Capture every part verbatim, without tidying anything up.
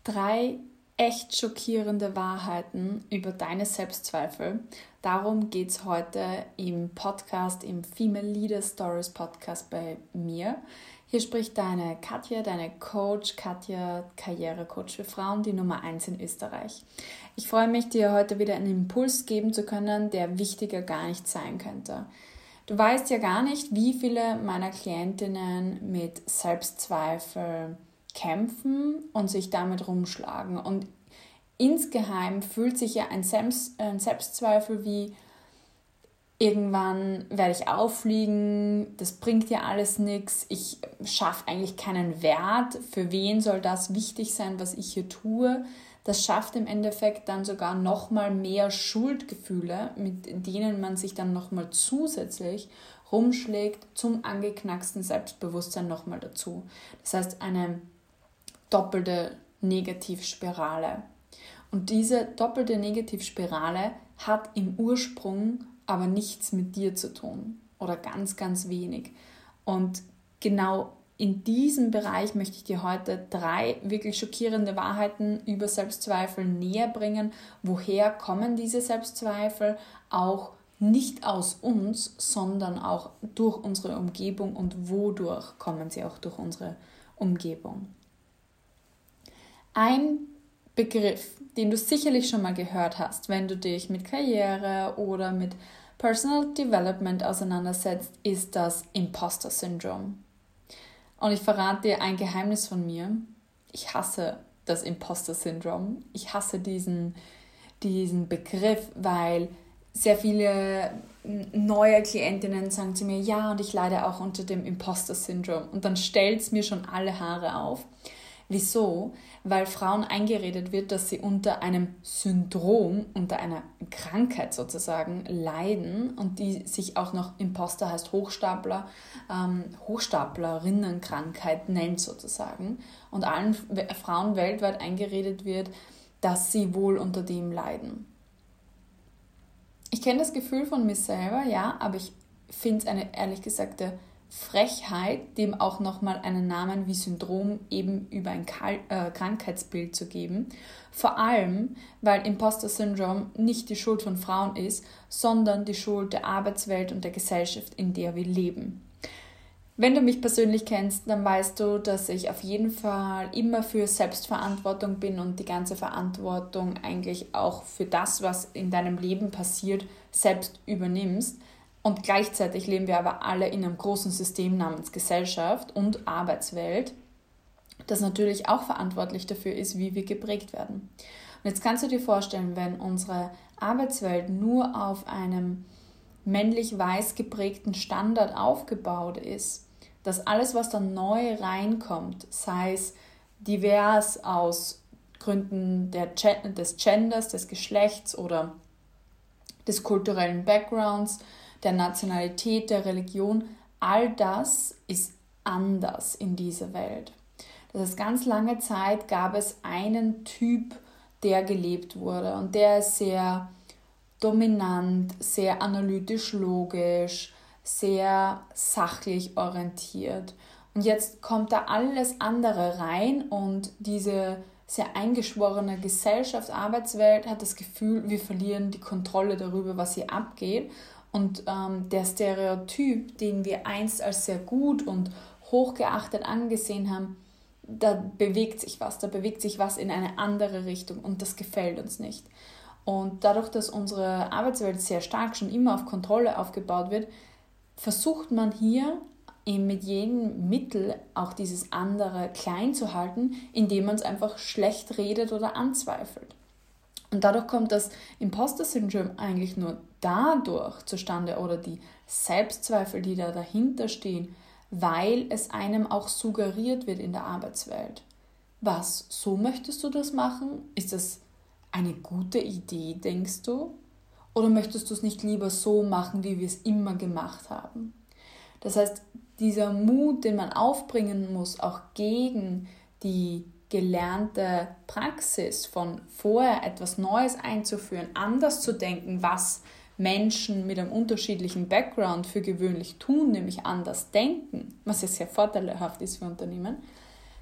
Drei echt schockierende Wahrheiten über deine Selbstzweifel. Darum geht es heute im Podcast, im Female Leader Stories Podcast bei mir. Hier spricht deine Katja, deine Coach, Katja, Karrierecoach für Frauen, die Nummer eins in Österreich. Ich freue mich, dir heute wieder einen Impuls geben zu können, der wichtiger gar nicht sein könnte. Du weißt ja gar nicht, wie viele meiner Klientinnen mit Selbstzweifel kämpfen und sich damit rumschlagen. Und insgeheim fühlt sich ja ein, Selbst, ein Selbstzweifel wie, irgendwann werde ich auffliegen, das bringt ja alles nichts, ich schaffe eigentlich keinen Wert, für wen soll das wichtig sein, was ich hier tue. Das schafft im Endeffekt dann sogar nochmal mehr Schuldgefühle, mit denen man sich dann nochmal zusätzlich rumschlägt, zum angeknacksten Selbstbewusstsein nochmal dazu. Das heißt, eine doppelte Negativspirale. Und diese doppelte Negativspirale hat im Ursprung aber nichts mit dir zu tun oder ganz, ganz wenig. Und genau in diesem Bereich möchte ich dir heute drei wirklich schockierende Wahrheiten über Selbstzweifel näher bringen. Woher kommen diese Selbstzweifel? Auch nicht aus uns, sondern auch durch unsere Umgebung, und wodurch kommen sie auch durch unsere Umgebung. Ein Begriff, den du sicherlich schon mal gehört hast, wenn du dich mit Karriere oder mit Personal Development auseinandersetzt, ist das Imposter-Syndrom. Und ich verrate dir ein Geheimnis von mir. Ich hasse das Imposter-Syndrom. Ich hasse diesen, diesen Begriff, weil sehr viele neue Klientinnen sagen zu mir, ja, und ich leide auch unter dem Imposter-Syndrom. Und dann stellt es mir schon alle Haare auf. Wieso? Weil Frauen eingeredet wird, dass sie unter einem Syndrom, unter einer Krankheit sozusagen leiden, und die sich auch noch Imposter heißt Hochstapler, ähm, Hochstaplerinnenkrankheit nennt sozusagen, und allen Frauen weltweit eingeredet wird, dass sie wohl unter dem leiden. Ich kenne das Gefühl von mir selber, ja, aber ich finde es eine ehrlich gesagte Frechheit, dem auch nochmal einen Namen wie Syndrom eben über ein Kal- äh, Krankheitsbild zu geben. Vor allem, weil Imposter-Syndrom nicht die Schuld von Frauen ist, sondern die Schuld der Arbeitswelt und der Gesellschaft, in der wir leben. Wenn du mich persönlich kennst, dann weißt du, dass ich auf jeden Fall immer für Selbstverantwortung bin und die ganze Verantwortung eigentlich auch für das, was in deinem Leben passiert, selbst übernimmst. Und gleichzeitig leben wir aber alle in einem großen System namens Gesellschaft und Arbeitswelt, das natürlich auch verantwortlich dafür ist, wie wir geprägt werden. Und jetzt kannst du dir vorstellen, wenn unsere Arbeitswelt nur auf einem männlich-weiß geprägten Standard aufgebaut ist, dass alles, was dann neu reinkommt, sei es divers aus Gründen der, des Genders, des Geschlechts oder des kulturellen Backgrounds, der Nationalität, der Religion, all das ist anders in dieser Welt. Das heißt, ganz lange Zeit gab es einen Typ, der gelebt wurde, und der ist sehr dominant, sehr analytisch logisch, sehr sachlich orientiert. Und jetzt kommt da alles andere rein, und diese sehr eingeschworene Gesellschaft, Arbeitswelt hat das Gefühl, wir verlieren die Kontrolle darüber, was hier abgeht. Und ähm, der Stereotyp, den wir einst als sehr gut und hochgeachtet angesehen haben, da bewegt sich was, da bewegt sich was in eine andere Richtung, und das gefällt uns nicht. Und dadurch, dass unsere Arbeitswelt sehr stark schon immer auf Kontrolle aufgebaut wird, versucht man hier eben mit jedem Mittel auch dieses andere klein zu halten, indem man es einfach schlecht redet oder anzweifelt. Und dadurch kommt das Imposter-Syndrom eigentlich nur dadurch zustande, oder die Selbstzweifel, die da dahinter stehen, weil es einem auch suggeriert wird in der Arbeitswelt. Was, so möchtest du das machen? Ist das eine gute Idee, denkst du? Oder möchtest du es nicht lieber so machen, wie wir es immer gemacht haben? Das heißt, dieser Mut, den man aufbringen muss, auch gegen die gelernte Praxis von vorher etwas Neues einzuführen, anders zu denken, was Menschen mit einem unterschiedlichen Background für gewöhnlich tun, nämlich anders denken, was ja sehr vorteilhaft ist für Unternehmen,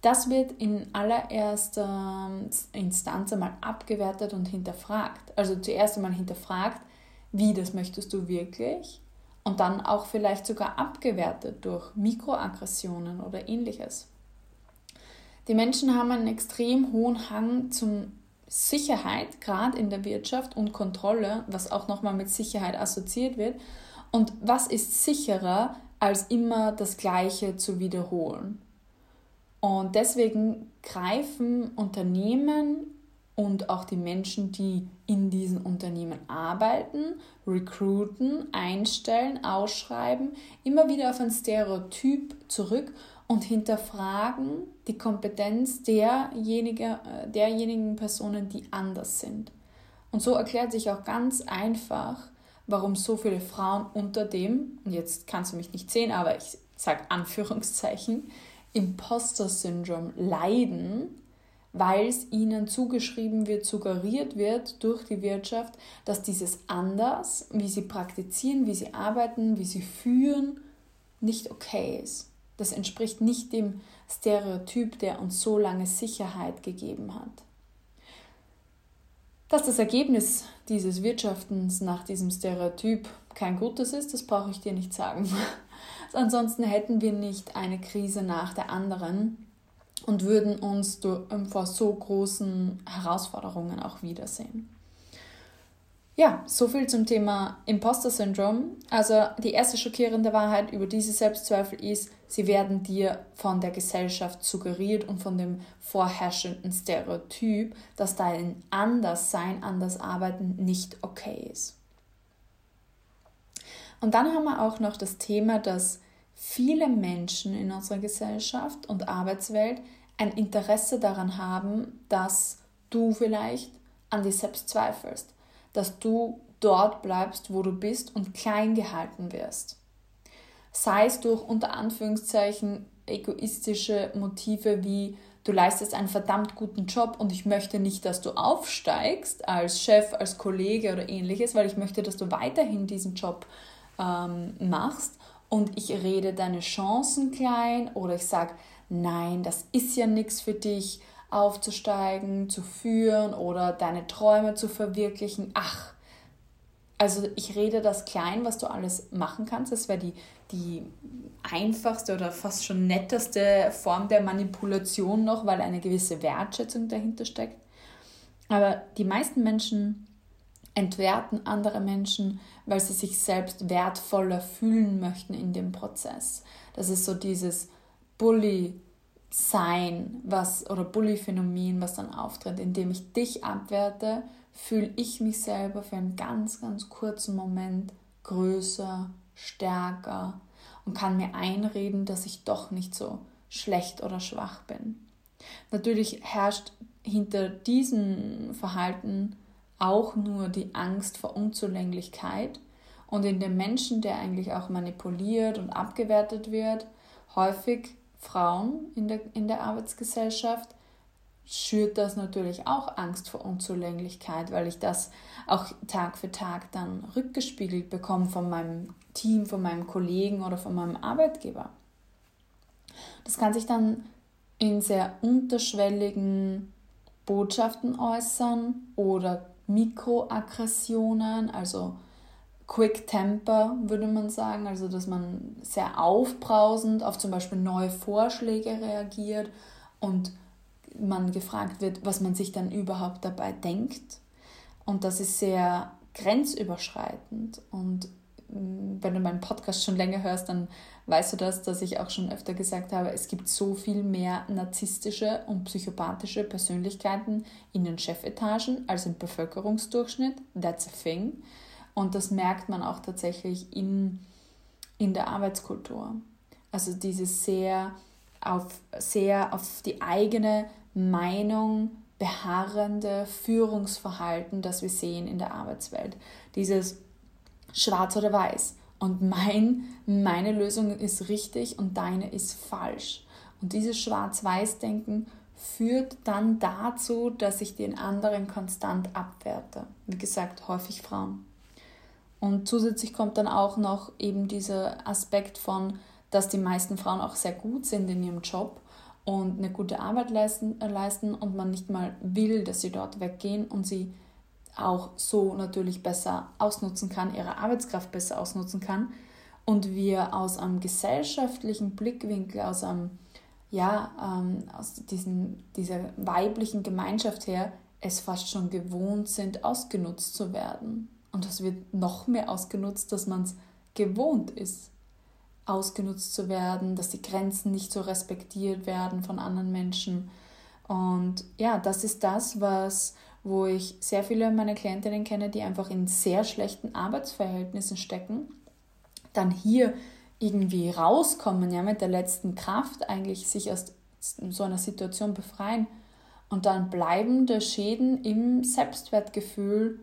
Das wird in allererster Instanz einmal abgewertet und hinterfragt. Also zuerst einmal hinterfragt, wie, das möchtest du wirklich? Und dann auch vielleicht sogar abgewertet durch Mikroaggressionen oder ähnliches. Die Menschen haben einen extrem hohen Hang zum Sicherheit, gerade in der Wirtschaft, und Kontrolle, was auch nochmal mit Sicherheit assoziiert wird. Und was ist sicherer, als immer das Gleiche zu wiederholen? Und deswegen greifen Unternehmen und auch die Menschen, die in diesen Unternehmen arbeiten, recruiten, einstellen, ausschreiben, immer wieder auf ein Stereotyp zurück und hinterfragen die Kompetenz derjenige, derjenigen Personen, die anders sind. Und so erklärt sich auch ganz einfach, warum so viele Frauen unter dem, und jetzt kannst du mich nicht sehen, aber ich sage Anführungszeichen, Imposter-Syndrom leiden, weil es ihnen zugeschrieben wird, suggeriert wird durch die Wirtschaft, dass dieses Anders, wie sie praktizieren, wie sie arbeiten, wie sie führen, nicht okay ist. Das entspricht nicht dem Stereotyp, der uns so lange Sicherheit gegeben hat. Dass das Ergebnis dieses Wirtschaftens nach diesem Stereotyp kein gutes ist, das brauche ich dir nicht sagen. Ansonsten hätten wir nicht eine Krise nach der anderen und würden uns vor so großen Herausforderungen auch wiedersehen. Ja, soviel zum Thema Imposter-Syndrom. Also die erste schockierende Wahrheit über diese Selbstzweifel ist, sie werden dir von der Gesellschaft suggeriert und von dem vorherrschenden Stereotyp, dass dein Anderssein, anders arbeiten nicht okay ist. Und dann haben wir auch noch das Thema, dass viele Menschen in unserer Gesellschaft und Arbeitswelt ein Interesse daran haben, dass du vielleicht an dir selbst zweifelst, dass du dort bleibst, wo du bist und klein gehalten wirst. Sei es durch unter Anführungszeichen egoistische Motive wie du leistest einen verdammt guten Job und ich möchte nicht, dass du aufsteigst als Chef, als Kollege oder ähnliches, weil ich möchte, dass du weiterhin diesen Job ähm, machst und ich rede deine Chancen klein oder ich sage, nein, das ist ja nichts für dich, aufzusteigen, zu führen oder deine Träume zu verwirklichen. Ach, also ich rede das klein, was du alles machen kannst. Das wäre die, die einfachste oder fast schon netteste Form der Manipulation noch, weil eine gewisse Wertschätzung dahinter steckt. Aber die meisten Menschen entwerten andere Menschen, weil sie sich selbst wertvoller fühlen möchten in dem Prozess. Das ist so dieses Bully Sein, was oder Bully-Phänomen, was dann auftritt, indem ich dich abwerte, fühle ich mich selber für einen ganz, ganz kurzen Moment größer, stärker und kann mir einreden, dass ich doch nicht so schlecht oder schwach bin. Natürlich herrscht hinter diesem Verhalten auch nur die Angst vor Unzulänglichkeit und in dem Menschen, der eigentlich auch manipuliert und abgewertet wird, häufig Frauen in der, in der Arbeitsgesellschaft, schürt das natürlich auch Angst vor Unzulänglichkeit, weil ich das auch Tag für Tag dann rückgespiegelt bekomme von meinem Team, von meinem Kollegen oder von meinem Arbeitgeber. Das kann sich dann in sehr unterschwelligen Botschaften äußern oder Mikroaggressionen, also Quick Temper würde man sagen, also dass man sehr aufbrausend auf zum Beispiel neue Vorschläge reagiert und man gefragt wird, was man sich dann überhaupt dabei denkt. Und das ist sehr grenzüberschreitend. Und wenn du meinen Podcast schon länger hörst, dann weißt du das, dass ich auch schon öfter gesagt habe, es gibt so viel mehr narzisstische und psychopathische Persönlichkeiten in den Chefetagen als im Bevölkerungsdurchschnitt. That's a thing. Und das merkt man auch tatsächlich in, in der Arbeitskultur. Also dieses sehr auf, sehr auf die eigene Meinung beharrende Führungsverhalten, das wir sehen in der Arbeitswelt. Dieses Schwarz oder Weiß. Und mein, meine Lösung ist richtig und deine ist falsch. Und dieses Schwarz-Weiß-Denken führt dann dazu, dass ich den anderen konstant abwerte. Wie gesagt, häufig Frauen. Und zusätzlich kommt dann auch noch eben dieser Aspekt von, dass die meisten Frauen auch sehr gut sind in ihrem Job und eine gute Arbeit leisten, äh, leisten und man nicht mal will, dass sie dort weggehen und sie auch so natürlich besser ausnutzen kann, ihre Arbeitskraft besser ausnutzen kann und wir aus einem gesellschaftlichen Blickwinkel, aus einem, ja, ähm, aus diesem, dieser weiblichen Gemeinschaft her, es fast schon gewohnt sind, ausgenutzt zu werden. Und das wird noch mehr ausgenutzt, dass man es gewohnt ist, ausgenutzt zu werden, dass die Grenzen nicht so respektiert werden von anderen Menschen. Und ja, das ist das, was, wo ich sehr viele meiner Klientinnen kenne, die einfach in sehr schlechten Arbeitsverhältnissen stecken, dann hier irgendwie rauskommen, ja, mit der letzten Kraft eigentlich sich aus so einer Situation befreien und dann bleibende Schäden im Selbstwertgefühl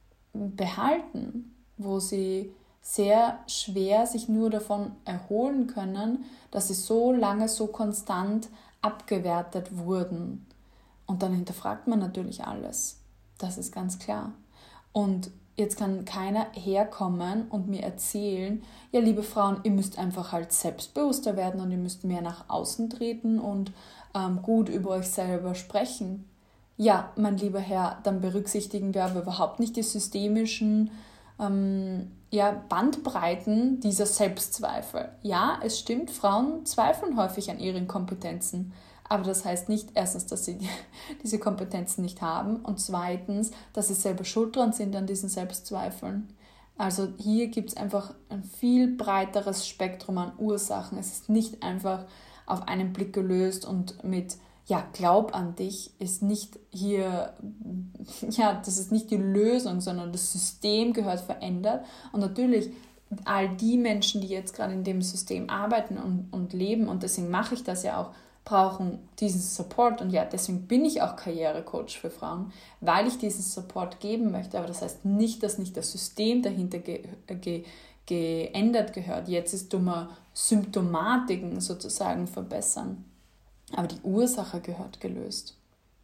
behalten, wo sie sehr schwer sich nur davon erholen können, dass sie so lange so konstant abgewertet wurden. Und dann hinterfragt man natürlich alles. Das ist ganz klar. Und jetzt kann keiner herkommen und mir erzählen, ja, liebe Frauen, ihr müsst einfach halt selbstbewusster werden und ihr müsst mehr nach außen treten und ähm, gut über euch selber sprechen. Ja, mein lieber Herr, dann berücksichtigen wir aber überhaupt nicht die systemischen ähm, ja, Bandbreiten dieser Selbstzweifel. Ja, es stimmt, Frauen zweifeln häufig an ihren Kompetenzen, aber das heißt nicht erstens, dass sie diese Kompetenzen nicht haben und zweitens, dass sie selber schuld dran sind an diesen Selbstzweifeln. Also hier gibt es einfach ein viel breiteres Spektrum an Ursachen. Es ist nicht einfach auf einen Blick gelöst und mit ja, glaub an dich ist nicht hier, ja, das ist nicht die Lösung, sondern das System gehört verändert. Und natürlich all die Menschen, die jetzt gerade in dem System arbeiten und, und leben, und deswegen mache ich das ja auch, brauchen diesen Support. Und ja, deswegen bin ich auch Karrierecoach für Frauen, weil ich diesen Support geben möchte. Aber das heißt nicht, dass nicht das System dahinter ge- ge- geändert gehört. Jetzt ist dummer Symptomatiken sozusagen verbessern. Aber die Ursache gehört gelöst.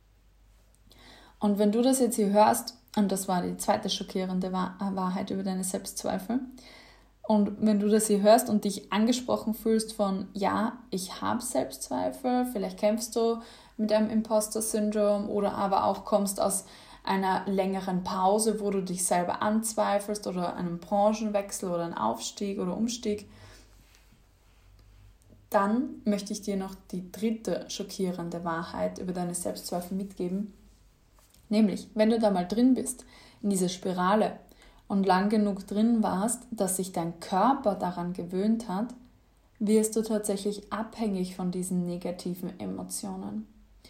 Und wenn du das jetzt hier hörst, und das war die zweite schockierende Wahrheit über deine Selbstzweifel, und wenn du das hier hörst und dich angesprochen fühlst von, ja, ich habe Selbstzweifel, vielleicht kämpfst du mit einem Imposter-Syndrom oder aber auch kommst aus einer längeren Pause, wo du dich selber anzweifelst oder einem Branchenwechsel oder einen Aufstieg oder Umstieg, dann möchte ich dir noch die dritte schockierende Wahrheit über deine Selbstzweifel mitgeben. Nämlich, wenn du da mal drin bist, in dieser Spirale und lang genug drin warst, dass sich dein Körper daran gewöhnt hat, wirst du tatsächlich abhängig von diesen negativen Emotionen.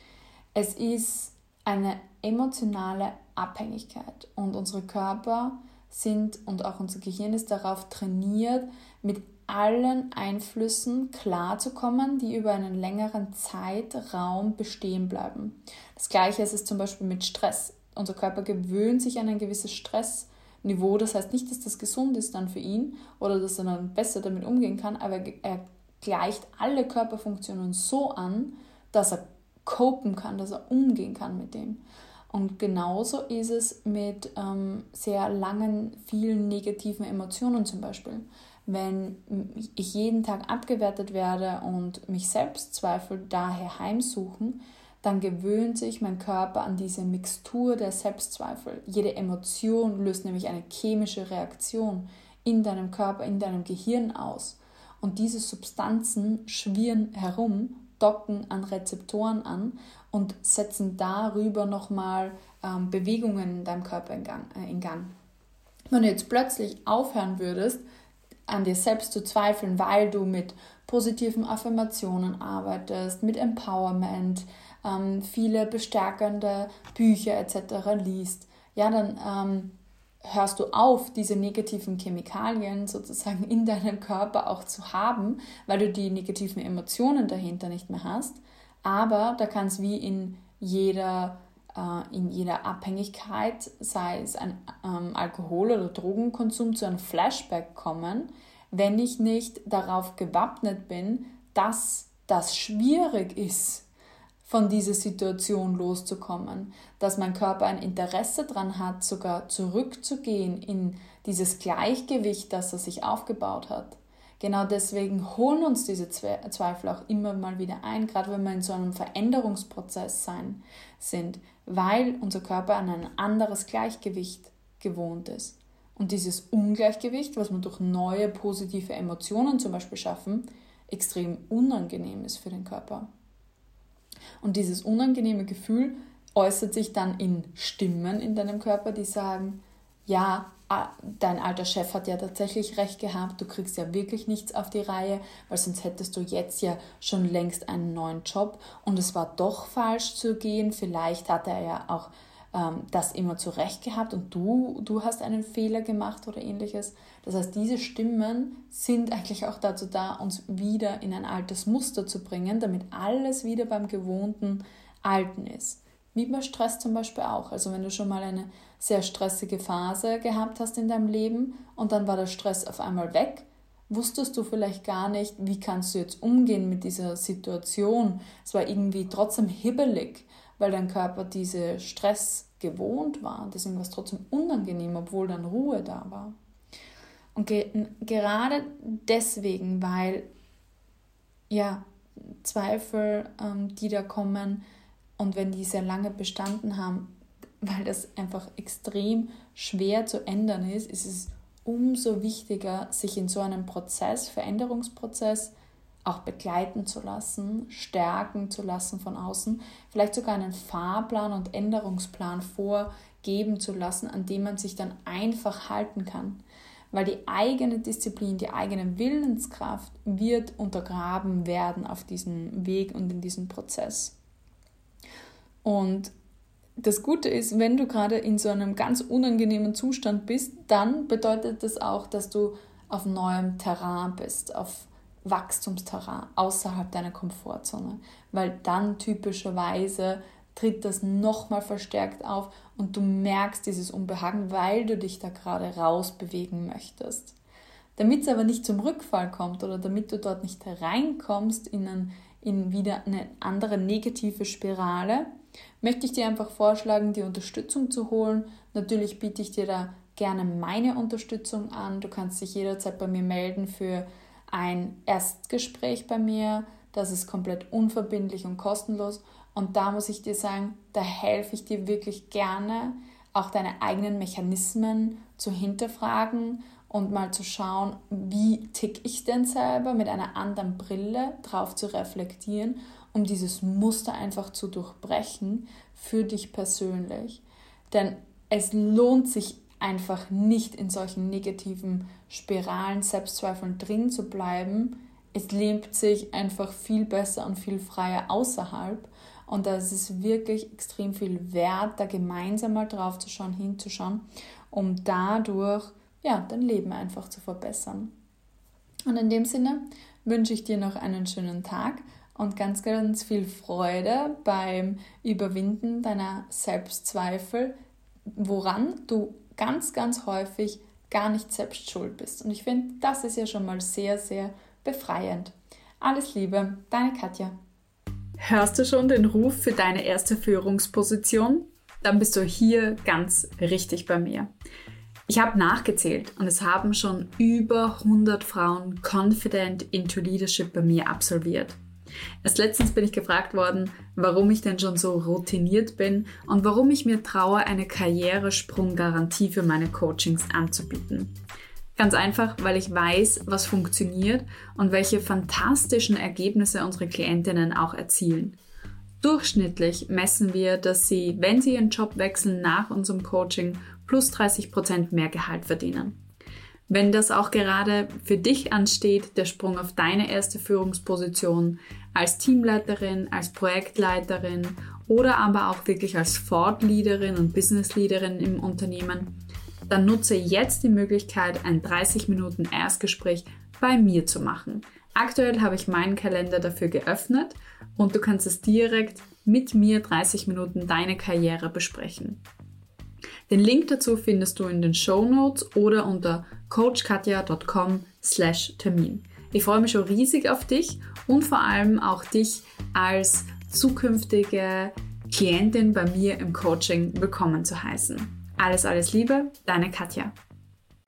Es ist eine emotionale Abhängigkeit und unsere Körper sind und auch unser Gehirn ist darauf trainiert, mit allen Einflüssen klarzukommen, die über einen längeren Zeitraum bestehen bleiben. Das Gleiche ist es zum Beispiel mit Stress. Unser Körper gewöhnt sich an ein gewisses Stressniveau. Das heißt nicht, dass das gesund ist dann für ihn oder dass er dann besser damit umgehen kann, aber er gleicht alle Körperfunktionen so an, dass er copen kann, dass er umgehen kann mit dem. Und genauso ist es mit ähm, sehr langen, vielen negativen Emotionen zum Beispiel. Wenn ich jeden Tag abgewertet werde und mich Selbstzweifel daher heimsuchen, dann gewöhnt sich mein Körper an diese Mixtur der Selbstzweifel. Jede Emotion löst nämlich eine chemische Reaktion in deinem Körper, in deinem Gehirn aus. Und diese Substanzen schwirren herum, docken an Rezeptoren an und setzen darüber nochmal ähm, Bewegungen in deinem Körper in Gang, äh, in Gang. Wenn du jetzt plötzlich aufhören würdest, an dir selbst zu zweifeln, weil du mit positiven Affirmationen arbeitest, mit Empowerment, ähm, viele bestärkende Bücher et cetera liest, ja, dann ähm, hörst du auf, diese negativen Chemikalien sozusagen in deinem Körper auch zu haben, weil du die negativen Emotionen dahinter nicht mehr hast. Aber da kann es wie in jeder, äh, in jeder Abhängigkeit, sei es ein ähm, Alkohol- oder Drogenkonsum, zu einem Flashback kommen, wenn ich nicht darauf gewappnet bin, dass das schwierig ist, von dieser Situation loszukommen, dass mein Körper ein Interesse daran hat, sogar zurückzugehen in dieses Gleichgewicht, das er sich aufgebaut hat. genau deswegen holen uns diese Zweifel auch immer mal wieder ein, gerade wenn wir in so einem Veränderungsprozess sein, sind, weil unser Körper an ein anderes Gleichgewicht gewohnt ist. Und dieses Ungleichgewicht, was wir durch neue positive Emotionen zum Beispiel schaffen, extrem unangenehm ist für den Körper. Und dieses unangenehme Gefühl äußert sich dann in Stimmen in deinem Körper, die sagen, ja, dein alter Chef hat ja tatsächlich recht gehabt, du kriegst ja wirklich nichts auf die Reihe, weil sonst hättest du jetzt ja schon längst einen neuen Job und es war doch falsch zu gehen, vielleicht hat er ja auch ähm, das immer zurecht gehabt und du, du hast einen Fehler gemacht oder ähnliches. Das heißt, diese Stimmen sind eigentlich auch dazu da, uns wieder in ein altes Muster zu bringen, damit alles wieder beim gewohnten Alten ist. Wie bei Stress zum Beispiel auch. Also wenn du schon mal eine sehr stressige Phase gehabt hast in deinem Leben und dann war der Stress auf einmal weg, wusstest du vielleicht gar nicht, wie kannst du jetzt umgehen mit dieser Situation. Es war irgendwie trotzdem hibbelig, weil dein Körper diese Stress gewohnt war. Deswegen war es trotzdem unangenehm, obwohl dann Ruhe da war. Und ge- gerade deswegen, weil ja Zweifel, ähm, die da kommen, und wenn die sehr lange bestanden haben, weil das einfach extrem schwer zu ändern ist, ist es umso wichtiger, sich in so einem Prozess, Veränderungsprozess, auch begleiten zu lassen, stärken zu lassen von außen, vielleicht sogar einen Fahrplan und Änderungsplan vorgeben zu lassen, an dem man sich dann einfach halten kann. Weil die eigene Disziplin, die eigene Willenskraft wird untergraben werden auf diesem Weg und in diesem Prozess. Und das Gute ist, wenn du gerade in so einem ganz unangenehmen Zustand bist, dann bedeutet das auch, dass du auf neuem Terrain bist, auf Wachstumsterrain, außerhalb deiner Komfortzone. Weil dann typischerweise tritt das nochmal verstärkt auf und du merkst dieses Unbehagen, weil du dich da gerade rausbewegen möchtest. Damit es aber nicht zum Rückfall kommt oder damit du dort nicht reinkommst in, ein, in wieder eine andere negative Spirale, möchte ich dir einfach vorschlagen, die Unterstützung zu holen. Natürlich biete ich dir da gerne meine Unterstützung an. Du kannst dich jederzeit bei mir melden für ein Erstgespräch bei mir. Das ist komplett unverbindlich und kostenlos. Und da muss ich dir sagen, da helfe ich dir wirklich gerne, auch deine eigenen Mechanismen zu hinterfragen und mal zu schauen, wie tick ich denn selber, mit einer anderen Brille drauf zu reflektieren, um dieses Muster einfach zu durchbrechen für dich persönlich. Denn es lohnt sich einfach nicht, in solchen negativen Spiralen, Selbstzweifeln drin zu bleiben. Es lebt sich einfach viel besser und viel freier außerhalb. Und da ist es wirklich extrem viel wert, da gemeinsam mal drauf zu schauen, hinzuschauen, um dadurch ja, dein Leben einfach zu verbessern. Und in dem Sinne wünsche ich dir noch einen schönen Tag und ganz, ganz viel Freude beim Überwinden deiner Selbstzweifel, woran du ganz, ganz häufig gar nicht selbst schuld bist. Und ich finde, das ist ja schon mal sehr, sehr befreiend. Alles Liebe, deine Katja. Hörst du schon den Ruf für deine erste Führungsposition? Dann bist du hier ganz richtig bei mir. Ich habe nachgezählt und es haben schon über hundert Frauen Confident into Leadership bei mir absolviert. Erst letztens bin ich gefragt worden, warum ich denn schon so routiniert bin und warum ich mir traue, eine Karrieresprunggarantie für meine Coachings anzubieten. Ganz einfach, weil ich weiß, was funktioniert und welche fantastischen Ergebnisse unsere Klientinnen auch erzielen. Durchschnittlich messen wir, dass sie, wenn sie ihren Job wechseln nach unserem Coaching, plus dreißig Prozent mehr Gehalt verdienen. Wenn das auch gerade für dich ansteht, der Sprung auf deine erste Führungsposition als Teamleiterin, als Projektleiterin oder aber auch wirklich als Thought Leaderin und Business Leaderin im Unternehmen, dann nutze jetzt die Möglichkeit, ein dreißig Minuten Erstgespräch bei mir zu machen. Aktuell habe ich meinen Kalender dafür geöffnet und du kannst es direkt mit mir dreißig Minuten deine Karriere besprechen. Den Link dazu findest du in den Shownotes oder unter coachkatja dot com slash Termin. Ich freue mich schon riesig auf dich und vor allem auch dich als zukünftige Klientin bei mir im Coaching willkommen zu heißen. Alles, alles Liebe, deine Katja.